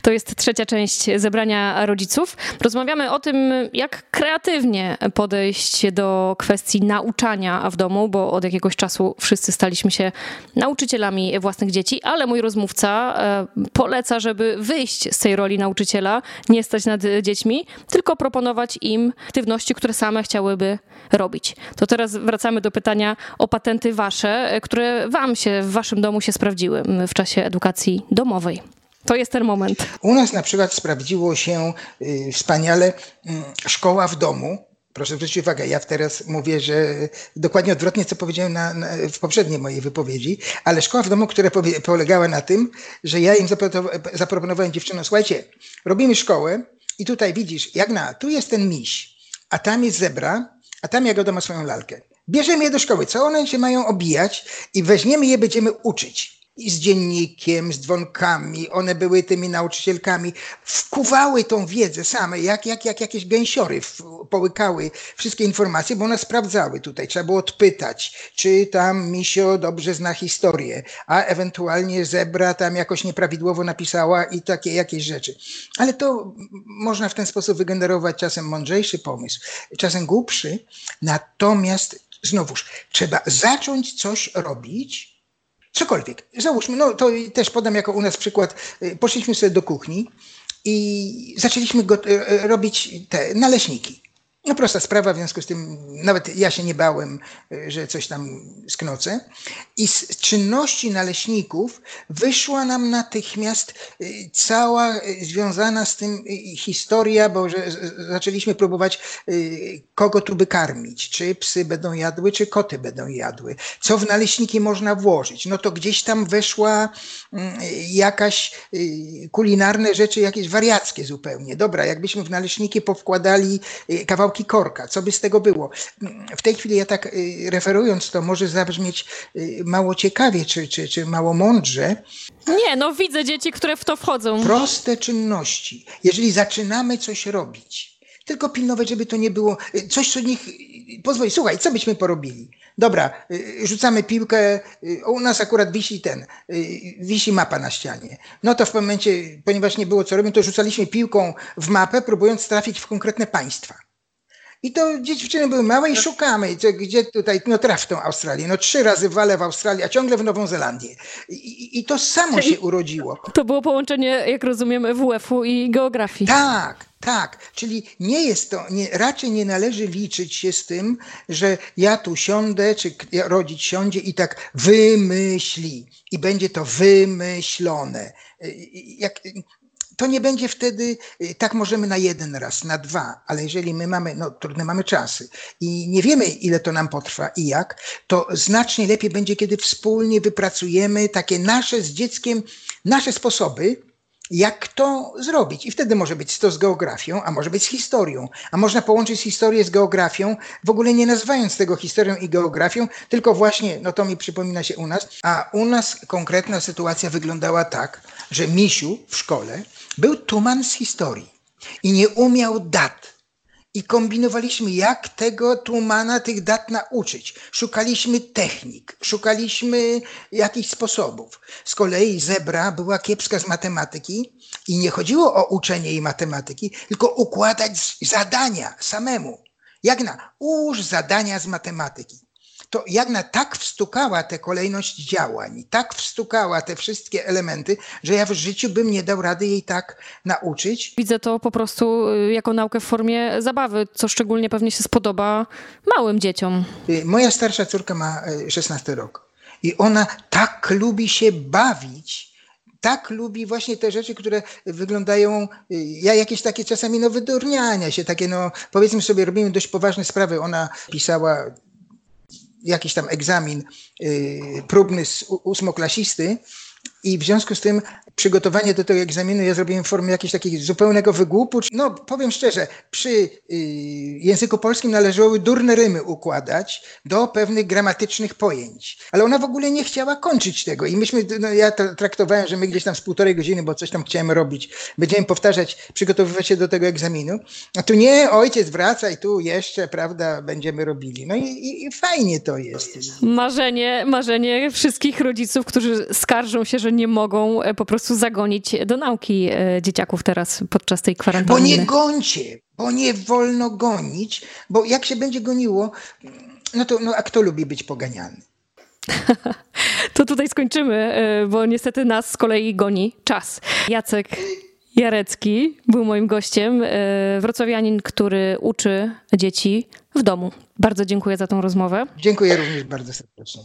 To jest trzecia część zebrania rodziców. Rozmawiamy o tym, jak kreatywnie podejść do kwestii nauczania w domu, bo od jakiegoś czasu wszyscy staliśmy się nauczycielami własnych dzieci, ale mój rozmówca poleca, żeby wyjść z tej roli nauczyciela, nie stać nad dziećmi, tylko proponować im aktywności, które same chciałyby robić. To teraz wracamy do pytania o patenty wasze, które wam się w waszym domu się sprawdziły w czasie edukacji domowej. To jest ten moment. U nas na przykład sprawdziło się wspaniale szkoła w domu. Proszę zwrócić uwagę, ja teraz mówię, że dokładnie odwrotnie, co powiedziałem w poprzedniej mojej wypowiedzi, ale szkoła w domu, która polegała na tym, że ja im zaproponowałem dziewczynom, słuchajcie, robimy szkołę i tutaj widzisz, Jagna, tu jest ten miś, a tam jest zebra, a tam Jagoda ma swoją lalkę. Bierzemy je do szkoły, co one się mają obijać i weźmiemy je, będziemy uczyć. I z dziennikiem, z dzwonkami, one były tymi nauczycielkami, wkuwały tą wiedzę same, jak jakieś gęsiory połykały wszystkie informacje, bo one sprawdzały tutaj, trzeba było odpytać, czy tam misio dobrze zna historię, a ewentualnie zebra tam jakoś nieprawidłowo napisała i takie jakieś rzeczy. Ale to można w ten sposób wygenerować czasem mądrzejszy pomysł, czasem głupszy, natomiast znowuż trzeba zacząć coś robić. Cokolwiek. Załóżmy, no to też podam jako u nas przykład. Poszliśmy sobie do kuchni i zaczęliśmy robić te naleśniki. No prosta sprawa, w związku z tym nawet ja się nie bałem, że coś tam sknocę. I z czynności naleśników wyszła nam natychmiast cała związana z tym historia, bo że zaczęliśmy próbować, kogo tu by karmić. Czy psy będą jadły, czy koty będą jadły. Co w naleśniki można włożyć. No to gdzieś tam weszła jakaś kulinarne rzeczy, jakieś wariackie zupełnie. Dobra, jakbyśmy w naleśniki powkładali kawałki korka, co by z tego było? W tej chwili ja tak referując to może zabrzmieć mało ciekawie, czy mało mądrze. Nie, no widzę dzieci, które w to wchodzą. Proste czynności. Jeżeli zaczynamy coś robić, tylko pilnować, żeby to nie było coś, co niech pozwoli. Słuchaj, co byśmy porobili? Dobra, rzucamy piłkę, u nas akurat wisi mapa na ścianie. No to w pewnym momencie, ponieważ nie było co robić, to rzucaliśmy piłką w mapę, próbując trafić w konkretne państwa. I to dziewczyny były małe i szukamy, gdzie tutaj, no traf w tą Australię, no 3 razy walę w Australii, a ciągle w Nową Zelandię. I to samo się urodziło. To było połączenie, jak rozumiem, WF-u i geografii. Tak. Czyli nie jest to, raczej nie należy liczyć się z tym, że ja tu siądę, czy rodzic siądzie i tak wymyśli. I będzie to wymyślone. To nie będzie wtedy, tak możemy na 1 raz, na 2, ale jeżeli my mamy, no trudne mamy czasy i nie wiemy, ile to nam potrwa i jak, to znacznie lepiej będzie, kiedy wspólnie wypracujemy takie nasze z dzieckiem, nasze sposoby, jak to zrobić. I wtedy może być to z geografią, a może być z historią. A można połączyć historię z geografią, w ogóle nie nazywając tego historią i geografią, tylko właśnie, no to mi przypomina się u nas, a u nas konkretna sytuacja wyglądała tak, że misiu w szkole był tuman z historii i nie umiał dat. I kombinowaliśmy, jak tego tłumana tych dat nauczyć. Szukaliśmy technik, szukaliśmy jakichś sposobów. Z kolei zebra była kiepska z matematyki i nie chodziło o uczenie jej matematyki, tylko układać zadania samemu. Jagna, ułóż zadania z matematyki. To Jagna tak wstukała tę kolejność działań, tak wstukała te wszystkie elementy, że ja w życiu bym nie dał rady jej tak nauczyć. Widzę to po prostu jako naukę w formie zabawy, co szczególnie pewnie się spodoba małym dzieciom. Moja starsza córka ma 16 rok i ona tak lubi się bawić, tak lubi właśnie te rzeczy, które wyglądają, jakieś takie czasami wydurniania się, takie powiedzmy sobie, robimy dość poważne sprawy. Ona pisała jakiś tam egzamin próbny z 8-klasisty i w związku z tym przygotowanie do tego egzaminu ja zrobiłem w formie jakiegoś takiego zupełnego wygłupu. No powiem szczerze, przy języku polskim należały durne rymy układać do pewnych gramatycznych pojęć. Ale ona w ogóle nie chciała kończyć tego i ja to traktowałem, że my gdzieś tam z 1,5 godziny, bo coś tam chciałem robić, będziemy powtarzać, przygotowywać się do tego egzaminu. A tu nie, ojciec wracaj, tu jeszcze, prawda, będziemy robili. No i fajnie to jest. Marzenie wszystkich rodziców, którzy skarżą się, że że nie mogą po prostu zagonić do nauki dzieciaków teraz podczas tej kwarantanny. Bo nie gońcie, bo nie wolno gonić, bo jak się będzie goniło, a kto lubi być poganiany? To tutaj skończymy, bo niestety nas z kolei goni czas. Jacek Jarecki był moim gościem, wrocławianin, który uczy dzieci w domu. Bardzo dziękuję za tą rozmowę. Dziękuję również bardzo serdecznie.